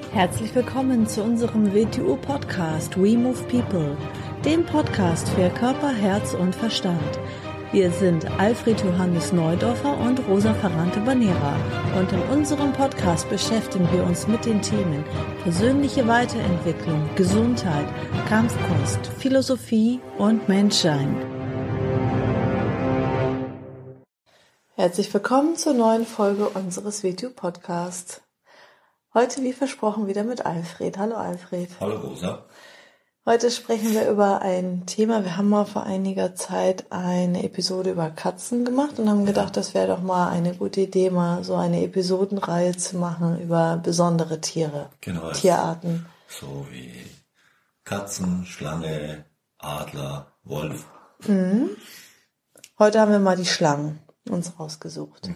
Herzlich willkommen zu unserem WTU-Podcast We Move People, dem Podcast für Körper, Herz und Verstand. Wir sind Alfred Johannes Neudorfer und Rosa Ferrante Banera und in unserem Podcast beschäftigen wir uns mit den Themen persönliche Weiterentwicklung, Gesundheit, Kampfkunst, Philosophie und Menschsein. Herzlich willkommen zur neuen Folge unseres WTU-Podcasts. Heute, wie versprochen, wieder mit Alfred. Hallo Alfred. Hallo Rosa. Heute sprechen wir über ein Thema. Wir haben mal vor einiger Zeit eine Episode über Katzen gemacht und haben gedacht, das wäre doch mal eine gute Idee, mal so eine Episodenreihe zu machen über besondere Tiere, genau, Tierarten. So wie Katzen, Schlange, Adler, Wolf. Mhm. Heute haben wir mal die Schlangen uns rausgesucht.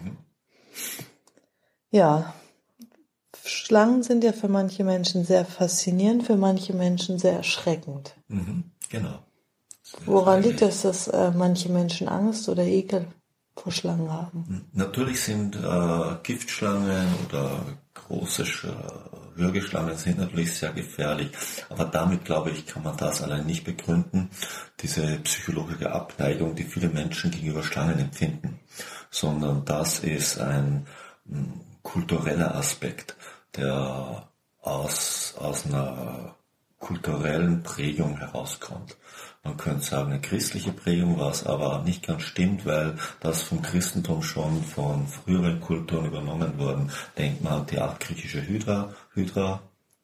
Ja, Schlangen sind ja für manche Menschen sehr faszinierend, für manche Menschen sehr erschreckend. Genau. Woran liegt es, dass manche Menschen Angst oder Ekel vor Schlangen haben? Natürlich sind Giftschlangen oder große Würgeschlangen sind natürlich sehr gefährlich, aber damit, glaube ich, kann man das allein nicht begründen, diese psychologische Abneigung, die viele Menschen gegenüber Schlangen empfinden, sondern das ist ein kultureller Aspekt, der aus einer kulturellen Prägung herauskommt. Man könnte sagen, eine christliche Prägung, was aber nicht ganz stimmt, weil das vom Christentum schon von früheren Kulturen übernommen worden. Denkt man an die altgriechische Hydra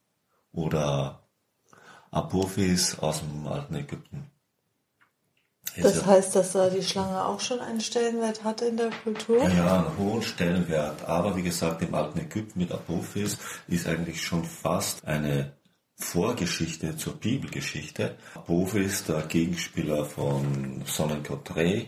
oder Apophis aus dem alten Ägypten. Das heißt, dass da die Schlange auch schon einen Stellenwert hatte in der Kultur? Ja, einen hohen Stellenwert. Aber wie gesagt, im alten Ägypten mit Apophis ist eigentlich schon fast eine Vorgeschichte zur Bibelgeschichte. Apophis, der Gegenspieler von Sonnengott Re,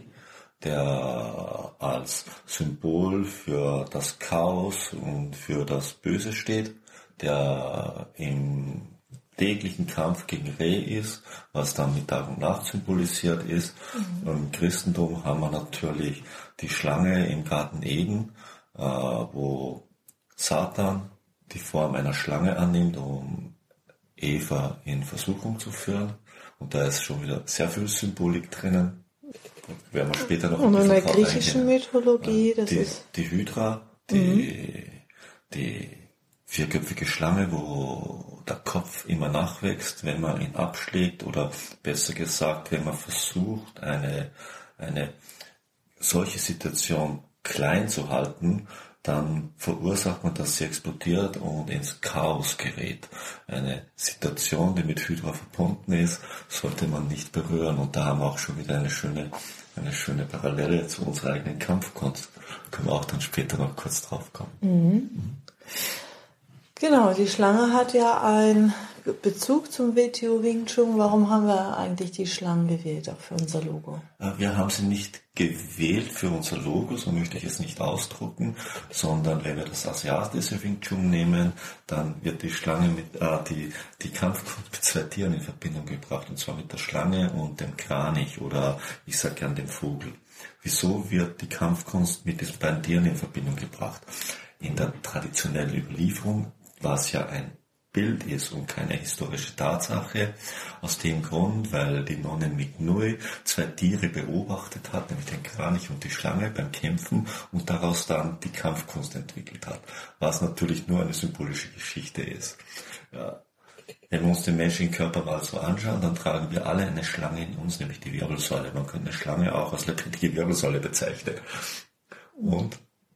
der als Symbol für das Chaos und für das Böse steht, der im täglichen Kampf gegen Re ist, was dann mit Tag und Nacht symbolisiert ist. Im Christentum haben wir natürlich die Schlange im Garten Eden, wo Satan die Form einer Schlange annimmt, um Eva in Versuchung zu führen. Und da ist schon wieder sehr viel Symbolik drinnen. Werden wir später noch und in der griechischen Mythologie, das ist die Hydra, die vierköpfige Schlange, wo der Kopf immer nachwächst, wenn man ihn abschlägt oder besser gesagt, wenn man versucht, eine solche Situation klein zu halten, dann verursacht man, dass sie explodiert und ins Chaos gerät. Eine Situation, die mit Hydra verbunden ist, sollte man nicht berühren. Und da haben wir auch schon wieder eine schöne Parallele zu unserer eigenen Kampfkunst. Da können wir auch dann später noch kurz drauf kommen. Genau, die Schlange hat ja einen Bezug zum WTO Wing Chun. Warum haben wir eigentlich die Schlangen gewählt, auch für unser Logo? Wir haben sie nicht gewählt für unser Logo, so möchte ich es nicht ausdrucken, sondern wenn wir das asiatische Wing Chun nehmen, dann wird die Schlange die Kampfkunst mit zwei Tieren in Verbindung gebracht, und zwar mit der Schlange und dem Kranich oder ich sage gern dem Vogel. Wieso wird die Kampfkunst mit diesen beiden Tieren in Verbindung gebracht? In der traditionellen Überlieferung, was ja ein Bild ist und keine historische Tatsache, aus dem Grund, weil die Nonne Mignui zwei Tiere beobachtet hat, nämlich den Kranich und die Schlange beim Kämpfen und daraus dann die Kampfkunst entwickelt hat, was natürlich nur eine symbolische Geschichte ist. Ja. Wenn wir uns den menschlichen Körper mal so anschauen, dann tragen wir alle eine Schlange in uns, nämlich die Wirbelsäule. Man könnte eine Schlange auch als lebendige Wirbelsäule bezeichnen. Und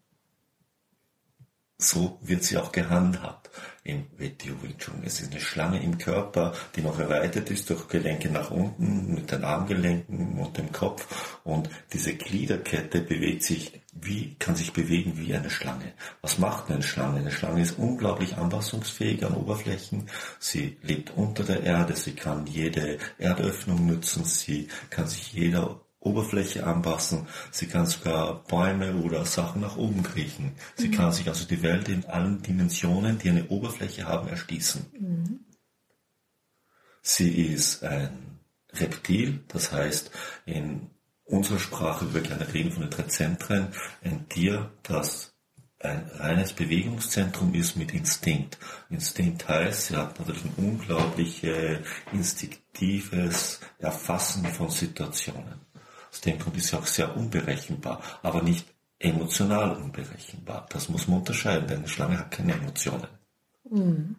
so wird sie auch gehandhabt im WTO Wing Chun. Es ist eine Schlange im Körper, die noch erweitert ist durch Gelenke nach unten, mit den Armgelenken und dem Kopf. Und diese Gliederkette kann sich bewegen wie eine Schlange. Was macht eine Schlange? Eine Schlange ist unglaublich anpassungsfähig an Oberflächen. Sie lebt unter der Erde, sie kann jede Erdöffnung nutzen, sie kann sich jeder Oberfläche anpassen, sie kann sogar Bäume oder Sachen nach oben kriechen. Sie kann sich also die Welt in allen Dimensionen, die eine Oberfläche haben, erschließen. Sie ist ein Reptil, das heißt in unserer Sprache würde ich gerne reden von den 3 Zentren, ein Tier, das ein reines Bewegungszentrum ist mit Instinkt. Instinkt heißt, sie hat natürlich ein unglaubliches instinktives Erfassen von Situationen. Aus dem Grund ist sie auch sehr unberechenbar, aber nicht emotional unberechenbar. Das muss man unterscheiden, denn eine Schlange hat keine Emotionen. Mhm.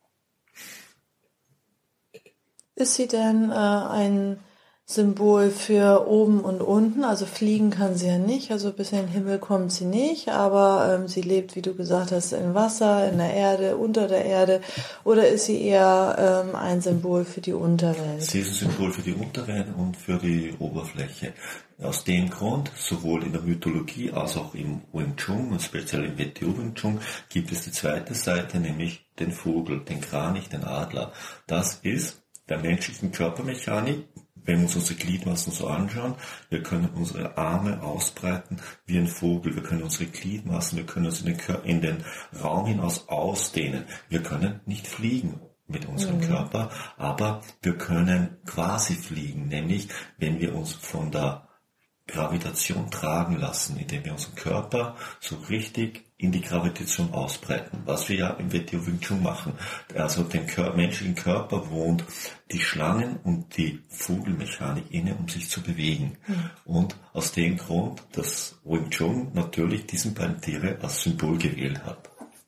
Ist sie denn ein Symbol für oben und unten? Also fliegen kann sie ja nicht, also bis in den Himmel kommt sie nicht, aber sie lebt, wie du gesagt hast, im Wasser, in der Erde, unter der Erde. Oder ist sie eher ein Symbol für die Unterwelt? Sie ist ein Symbol für die Unterwelt und für die Oberfläche. Aus dem Grund, sowohl in der Mythologie als auch im Wing Chun und speziell im WTO Wing Chun, gibt es die zweite Seite, nämlich den Vogel, den Kranich, den Adler. Das ist der menschlichen Körpermechanik. Wenn wir uns unsere Gliedmaßen so anschauen, wir können unsere Arme ausbreiten wie ein Vogel, wir können unsere Gliedmaßen, wir können uns in den Raum hinaus ausdehnen. Wir können nicht fliegen mit unserem Körper, aber wir können quasi fliegen, nämlich wenn wir uns von der Gravitation tragen lassen, indem wir unseren Körper so richtig in die Gravitation ausbreiten, was wir ja im WTO Wing Chun machen. Also dem menschlichen Körper wohnt die Schlangen- und die Vogelmechanik inne, um sich zu bewegen. Und aus dem Grund, dass Wing Chun natürlich diesen beiden Tiere als Symbol gewählt hat.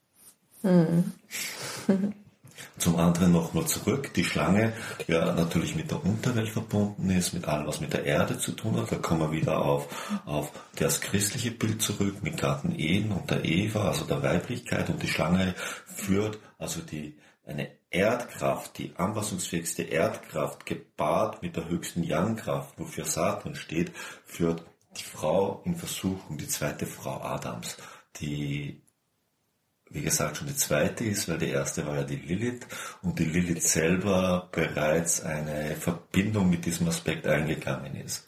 Zum anderen nochmal zurück, die Schlange ja natürlich mit der Unterwelt verbunden ist, mit allem, was mit der Erde zu tun hat. Da kommen wir wieder auf das christliche Bild zurück mit Garten Eden und der Eva, also der Weiblichkeit. Und die Schlange führt also eine Erdkraft, die anpassungsfähigste Erdkraft, gepaart mit der höchsten Yang-Kraft, wofür Satan steht, führt die Frau in Versuchung, die zweite Frau Adams, die wie gesagt schon die zweite ist, weil die erste war ja die Lilith und die Lilith selber bereits eine Verbindung mit diesem Aspekt eingegangen ist.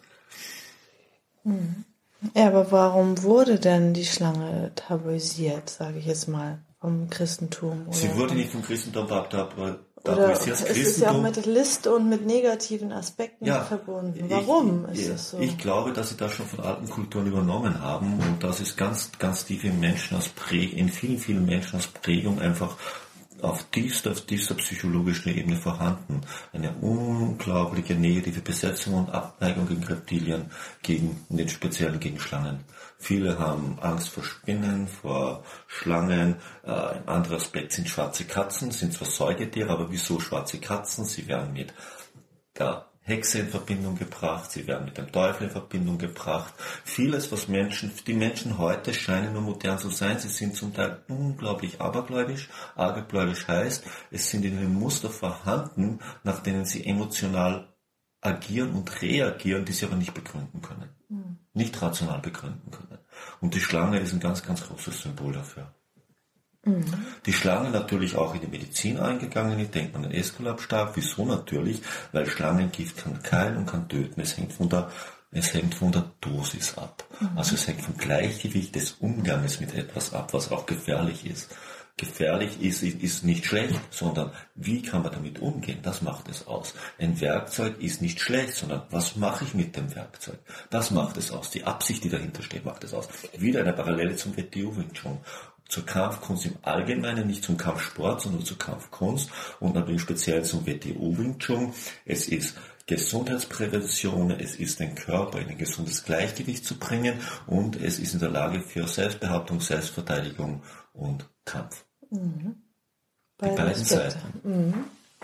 Ja, aber warum wurde denn die Schlange tabuisiert, sage ich jetzt mal, vom Christentum? Sie wurde nicht vom Christentum tabuisiert. Es ist ja auch mit List und mit negativen Aspekten verbunden. Warum ist das so? Ich glaube, dass sie das schon von alten Kulturen übernommen haben und das ist ganz, ganz tief im Menschen in vielen, vielen Menschen als Prägung einfach auf tiefster psychologischer Ebene vorhanden. Eine unglaubliche negative Besetzung und Abneigung gegen Reptilien, in den Speziellen gegen Schlangen. Viele haben Angst vor Spinnen, vor Schlangen. Ein anderer Aspekt sind schwarze Katzen, sind zwar Säugetiere, aber wieso schwarze Katzen? Sie werden mit der Hexe in Verbindung gebracht, sie werden mit dem Teufel in Verbindung gebracht. Vieles, was die Menschen heute scheinen nur modern zu sein, sie sind zum Teil unglaublich abergläubisch. Abergläubisch heißt, es sind in ihnen Muster vorhanden, nach denen sie emotional agieren und reagieren, die sie aber nicht begründen können. Nicht rational begründen können. Und die Schlange ist ein ganz, ganz großes Symbol dafür. Die Schlange natürlich auch in die Medizin eingegangen. Ich denke an den Äskulapstab. Wieso natürlich? Weil Schlangengift kann keilen und kann töten. Es hängt von der Dosis ab. Also es hängt vom Gleichgewicht des Umganges mit etwas ab, was auch gefährlich ist. Gefährlich ist nicht schlecht, sondern wie kann man damit umgehen? Das macht es aus. Ein Werkzeug ist nicht schlecht, sondern was mache ich mit dem Werkzeug? Das macht es aus. Die Absicht, die dahinter steht, macht es aus. Wieder eine Parallele zum WTO Wing Chun. Zur Kampfkunst im Allgemeinen, nicht zum Kampfsport, sondern zur Kampfkunst und natürlich speziell zum WTO Wing Chun. Es ist Gesundheitsprävention, es ist den Körper in ein gesundes Gleichgewicht zu bringen und es ist in der Lage für Selbstbehauptung, Selbstverteidigung und Kampf. Die beiden Seiten.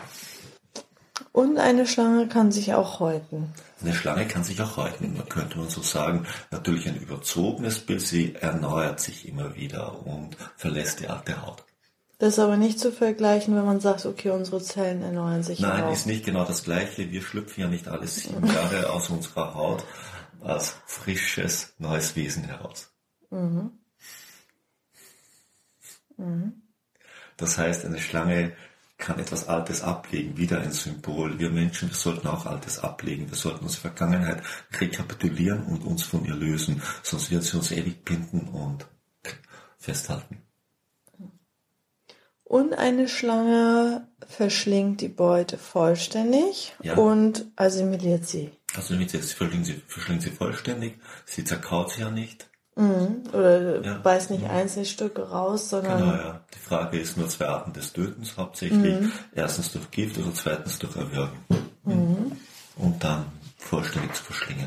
Und eine Schlange kann sich auch häuten. Eine Schlange kann sich auch häuten, könnte man so sagen. Natürlich ein überzogenes Bild, sie erneuert sich immer wieder und verlässt die alte Haut. Das ist aber nicht zu vergleichen, wenn man sagt, okay, unsere Zellen erneuern sich. Nein, auch. Ist nicht genau das Gleiche. Wir schlüpfen ja nicht alle 7 Jahre aus unserer Haut als frisches, neues Wesen heraus. Das heißt, eine Schlange kann etwas Altes ablegen, wieder ein Symbol. Wir Menschen, wir sollten auch Altes ablegen. Wir sollten unsere Vergangenheit rekapitulieren und uns von ihr lösen. Sonst wird sie uns ewig binden und festhalten. Und eine Schlange verschlingt die Beute vollständig und assimiliert sie. Also verschlingt sie vollständig. Sie zerkaut sie ja nicht. Oder beißt nicht einzelne Stücke raus, sondern... Genau, ja. Die Frage ist nur 2 Arten des Tötens hauptsächlich. Erstens durch Gift oder zweitens durch Erwürgen. Und dann vollständig zu verschlingen.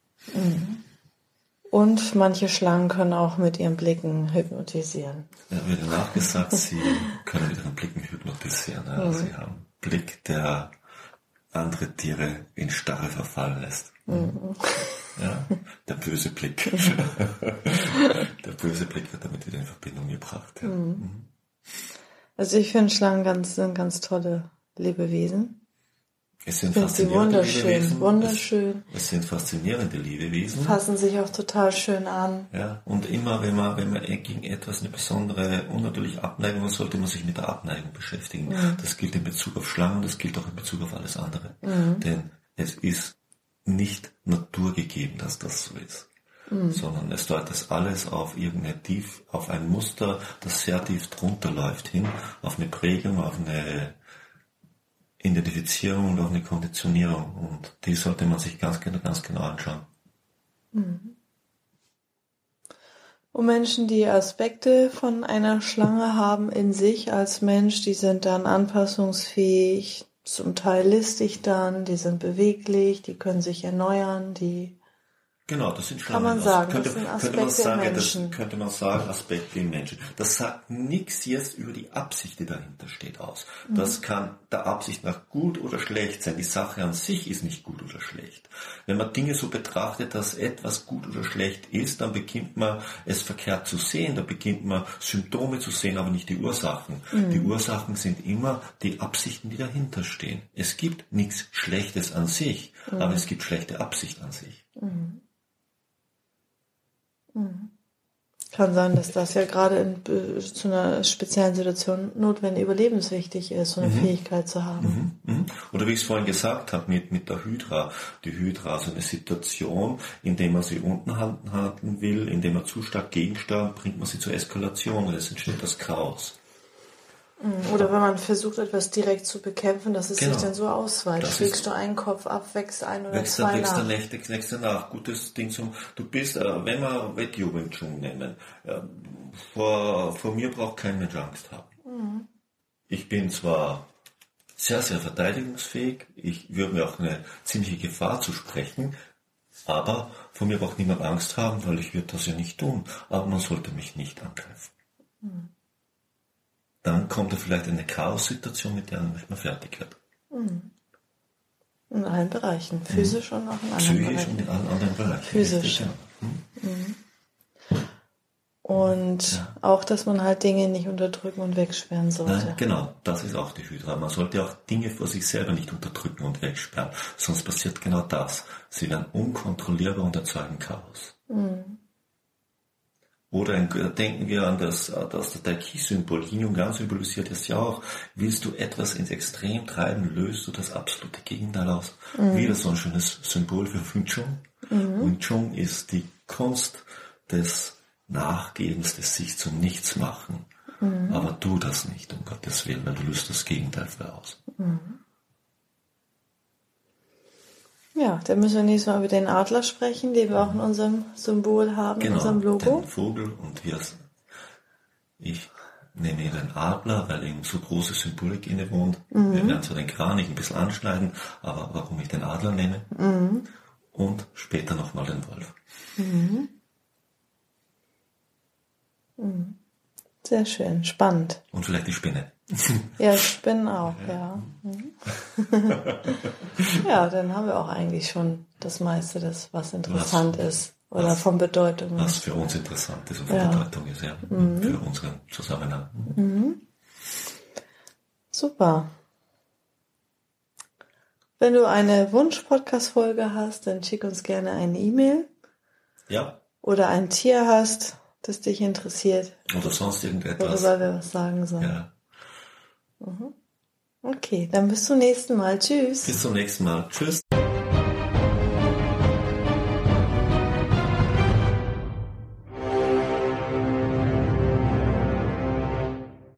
Und manche Schlangen können auch mit ihren Blicken hypnotisieren. Ja, wird nachgesagt, sie können mit ihren Blicken hypnotisieren. Ja. Sie haben einen Blick, der andere Tiere in Starre verfallen lässt. Ja, der böse Blick. Der böse Blick wird damit wieder in Verbindung gebracht. Ja. Also ich finde Schlangen sind ganz tolle Lebewesen. Es sind faszinierende Lebewesen. Wunderschön. Es sind faszinierende Lebewesen. Fassen sich auch total schön an. Ja, und immer, wenn man gegen etwas eine besondere, unnatürliche Abneigung hat, sollte man sich mit der Abneigung beschäftigen. Das gilt in Bezug auf Schlangen, das gilt auch in Bezug auf alles andere. Denn es ist nicht naturgegeben, dass das so ist. Sondern es deutet alles auf auf ein Muster, das sehr tief drunter läuft hin, auf eine Prägung, auf eine Identifizierung und auch eine Konditionierung. Und die sollte man sich ganz genau anschauen. Und Menschen, die Aspekte von einer Schlange haben in sich als Mensch, die sind dann anpassungsfähig, zum Teil listig dann, die sind beweglich, die können sich erneuern, die... Genau, das sind Schlangen. Kann man sagen, das sind Aspekte im Menschen. Das könnte man sagen, Aspekte im Menschen. Das sagt nichts jetzt über die Absicht, die dahinter steht, aus. Das kann der Absicht nach gut oder schlecht sein. Die Sache an sich ist nicht gut oder schlecht. Wenn man Dinge so betrachtet, dass etwas gut oder schlecht ist, dann beginnt man es verkehrt zu sehen. Da beginnt man Symptome zu sehen, aber nicht die Ursachen. Die Ursachen sind immer die Absichten, die dahinter stehen. Es gibt nichts Schlechtes an sich, aber es gibt schlechte Absicht an sich. Kann sein, dass das ja gerade zu einer speziellen Situation notwendig, überlebenswichtig ist, so eine Fähigkeit zu haben. Oder wie ich es vorhin gesagt habe, mit der Hydra. Die Hydra, also eine Situation, in der man sie unten halten will, in der man zu stark gegensteuert, bringt man sie zur Eskalation und es entsteht das Chaos. Oder wenn man versucht, etwas direkt zu bekämpfen, dass es sich dann so ausweitet. Schlägst du einen Kopf ab, wächst ein oder zwei nach. Wächst der nach. Gutes Ding du bist, wenn wir Wei Chun nehmen, vor mir braucht kein Mensch Angst haben. Ich bin zwar sehr, sehr verteidigungsfähig, ich würde mir auch eine ziemliche Gefahr zusprechen, aber vor mir braucht niemand Angst haben, weil ich würde das ja nicht tun. Aber man sollte mich nicht angreifen. Dann kommt da vielleicht eine Chaos-Situation, mit der man nicht mehr fertig wird. In allen Bereichen. Physisch und auch in anderen Bereichen. Psychisch und in allen anderen Bereichen. Physisch. Und auch, dass man halt Dinge nicht unterdrücken und wegsperren sollte. Nein, genau, das ist auch die Hydra. Man sollte auch Dinge vor sich selber nicht unterdrücken und wegsperren. Sonst passiert genau das. Sie werden unkontrollierbar und erzeugen Chaos. Oder denken wir an das Tai-Chi-Symbol. Yin und Yang symbolisiert es ja auch. Willst du etwas ins Extrem treiben, löst du das absolute Gegenteil aus. Wieder so ein schönes Symbol für Wing Chun. Wing Chun ist die Kunst des Nachgebens, des sich zum Nichts machen. Aber tu das nicht, um Gottes Willen, weil du löst das Gegenteil für aus. Ja, dann müssen wir nächstes Mal über den Adler sprechen, den wir auch in unserem Symbol haben, in unserem Logo. Den Vogel und ich nehme hier den Adler, weil ihm so große Symbolik innewohnt. Wir werden zwar den Kranich ein bisschen anschneiden, aber warum ich den Adler nehme. Und später nochmal den Wolf. Sehr schön, spannend. Und vielleicht die Spinne. Ja, Spinnen auch, ja. Ja, dann haben wir auch eigentlich schon das meiste, was interessant ist oder von Bedeutung. Was für uns interessant ist und von Bedeutung ist, ja. Für unseren Zusammenhang. Super. Wenn du eine Wunsch-Podcast-Folge hast, dann schick uns gerne eine E-Mail. Ja. Oder ein Tier hast, das dich interessiert. Oder sonst irgendetwas. Worüber wir was sagen sollen. Ja. Okay, dann bis zum nächsten Mal. Tschüss. Bis zum nächsten Mal. Tschüss.